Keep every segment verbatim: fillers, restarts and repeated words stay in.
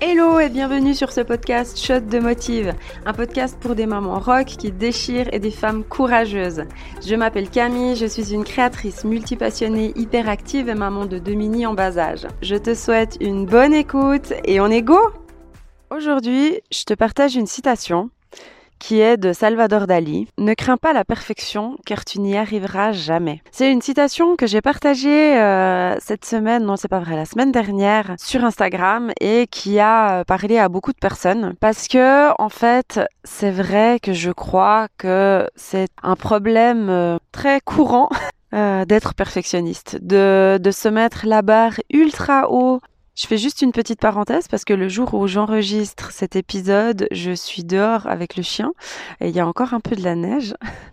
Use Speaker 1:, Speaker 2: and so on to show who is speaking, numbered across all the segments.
Speaker 1: Hello et bienvenue sur ce podcast Shot de Motive, un podcast pour des mamans rock qui déchirent et des femmes courageuses. Je m'appelle Camille, je suis une créatrice multipassionnée, hyperactive et maman de deux mini en bas âge. Je te souhaite une bonne écoute et on est go! Aujourd'hui, je te partage une citation qui est de Salvador Dali. Ne crains pas la perfection, car tu n'y arriveras jamais. C'est une citation que j'ai partagée euh, cette semaine, non c'est pas vrai, la semaine dernière sur Instagram et qui a parlé à beaucoup de personnes parce que en fait, c'est vrai que je crois que c'est un problème euh, très courant euh, d'être perfectionniste, de, de se mettre la barre ultra haut. Je fais juste une petite parenthèse parce que le jour où j'enregistre cet épisode, je suis dehors avec le chien et il y a encore un peu de la neige.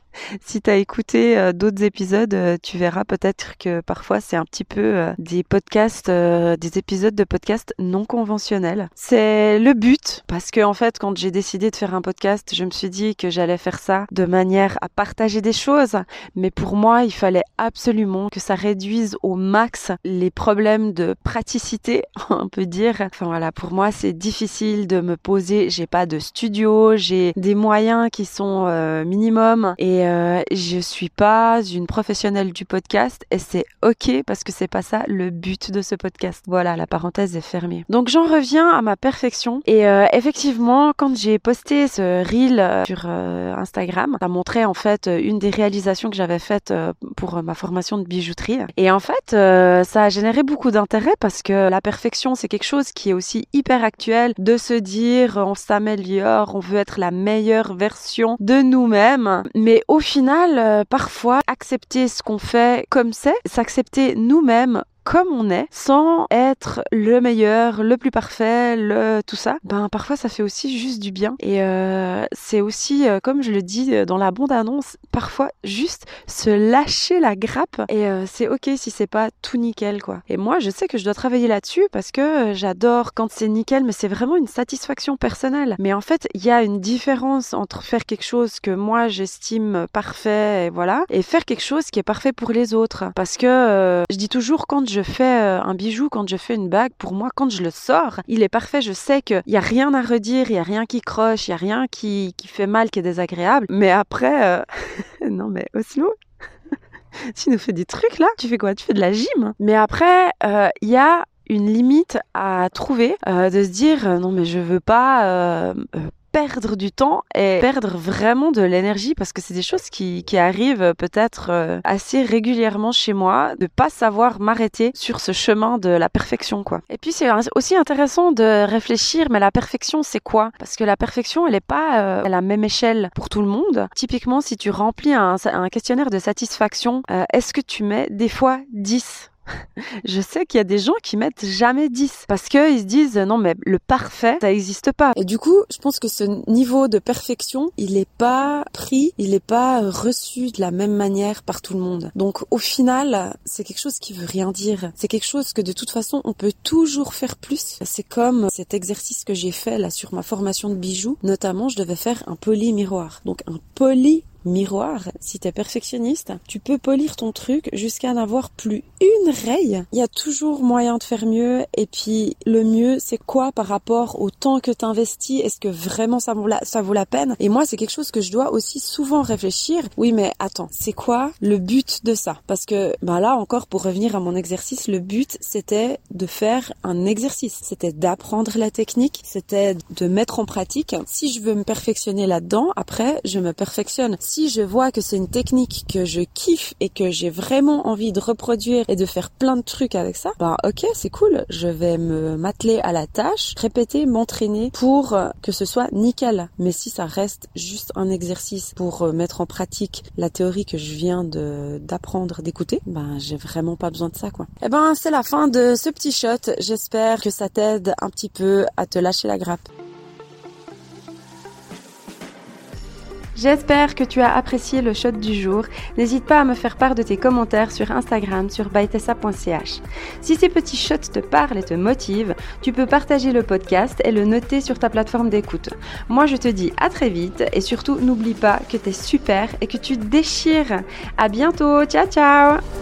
Speaker 1: Si tu as écouté euh, d'autres épisodes, euh, tu verras peut-être que parfois c'est un petit peu euh, des podcasts, euh, des épisodes de podcasts non conventionnels. C'est le but parce que en fait, quand j'ai décidé de faire un podcast, je me suis dit que j'allais faire ça de manière à partager des choses. Mais pour moi, il fallait absolument que ça réduise au max les problèmes de praticité, on peut dire. Enfin voilà, pour moi, c'est difficile de me poser. J'ai pas de studio, j'ai des moyens qui sont euh, minimum et Euh, je suis pas une professionnelle du podcast et c'est ok parce que c'est pas ça le but de ce podcast. Voilà, la parenthèse est fermée. Donc j'en reviens à ma perfection et euh, effectivement quand j'ai posté ce reel euh, sur euh, Instagram, ça montrait en fait une des réalisations que j'avais faites euh, pour ma formation de bijouterie et en fait euh, ça a généré beaucoup d'intérêt parce que la perfection c'est quelque chose qui est aussi hyper actuel, de se dire on s'améliore, on veut être la meilleure version de nous-mêmes, mais au final, euh, parfois, accepter ce qu'on fait comme c'est, s'accepter nous-mêmes comme on est, sans être le meilleur, le plus parfait, le tout ça, ben parfois ça fait aussi juste du bien. Et euh, c'est aussi, euh, comme je le dis dans la bande-annonce, parfois juste se lâcher la grappe et euh, c'est ok si c'est pas tout nickel quoi. Et moi je sais que je dois travailler là-dessus parce que j'adore quand c'est nickel, mais c'est vraiment une satisfaction personnelle. Mais en fait il y a une différence entre faire quelque chose que moi j'estime parfait et voilà, et faire quelque chose qui est parfait pour les autres. Parce que euh, je dis toujours quand je je fais un bijou, quand je fais une bague, pour moi, quand je le sors, il est parfait. Je sais qu'il n'y a rien à redire, il n'y a rien qui croche, il n'y a rien qui, qui fait mal, qui est désagréable. Mais après, euh... non mais Oslo, tu nous fais des trucs là, tu fais quoi? Tu fais de la gym. Mais après, il euh, y a une limite à trouver, euh, de se dire, euh, non mais je veux pas... Euh, euh, perdre du temps et perdre vraiment de l'énergie parce que c'est des choses qui, qui arrivent peut-être euh, assez régulièrement chez moi, de pas savoir m'arrêter sur ce chemin de la perfection quoi. Et puis c'est aussi intéressant de réfléchir, mais la perfection c'est quoi? Parce que la perfection elle est pas euh, à la même échelle pour tout le monde. Typiquement si tu remplis un, un questionnaire de satisfaction, euh, est-ce que tu mets des fois dix? Je sais qu'il y a des gens qui mettent jamais dix parce qu'ils se disent non mais le parfait ça n'existe pas. Et du coup je pense que ce niveau de perfection il est pas pris, il est pas reçu de la même manière par tout le monde. Donc au final c'est quelque chose qui veut rien dire. C'est quelque chose que de toute façon on peut toujours faire plus. C'est comme cet exercice que j'ai fait là sur ma formation de bijoux. Notamment je devais faire un poli miroir. Donc un poli miroir, si t'es perfectionniste, tu peux polir ton truc jusqu'à n'avoir plus une raye. Il y a toujours moyen de faire mieux et puis le mieux c'est quoi par rapport au temps que t'investis? Est-ce que vraiment ça vaut la, ça vaut la peine? Et moi c'est quelque chose que je dois aussi souvent réfléchir. Oui mais attends, c'est quoi le but de ça? Parce que ben là encore pour revenir à mon exercice, le but c'était de faire un exercice, c'était d'apprendre la technique, c'était de mettre en pratique. Si je veux me perfectionner là-dedans, après je me perfectionne. Si je vois que c'est une technique que je kiffe et que j'ai vraiment envie de reproduire et de faire plein de trucs avec ça, bah ok, c'est cool. Je vais me m'atteler à la tâche, répéter, m'entraîner pour que ce soit nickel. Mais si ça reste juste un exercice pour mettre en pratique la théorie que je viens de d'apprendre, d'écouter, bah j'ai vraiment pas besoin de ça quoi. Eh ben c'est la fin de ce petit shot. J'espère que ça t'aide un petit peu à te lâcher la grappe. J'espère que tu as apprécié le shot du jour. N'hésite pas à me faire part de tes commentaires sur Instagram sur bytessa point c h. Si ces petits shots te parlent et te motivent, tu peux partager le podcast et le noter sur ta plateforme d'écoute. Moi, je te dis à très vite et surtout, n'oublie pas que t'es super et que tu déchires. À bientôt. Ciao, ciao!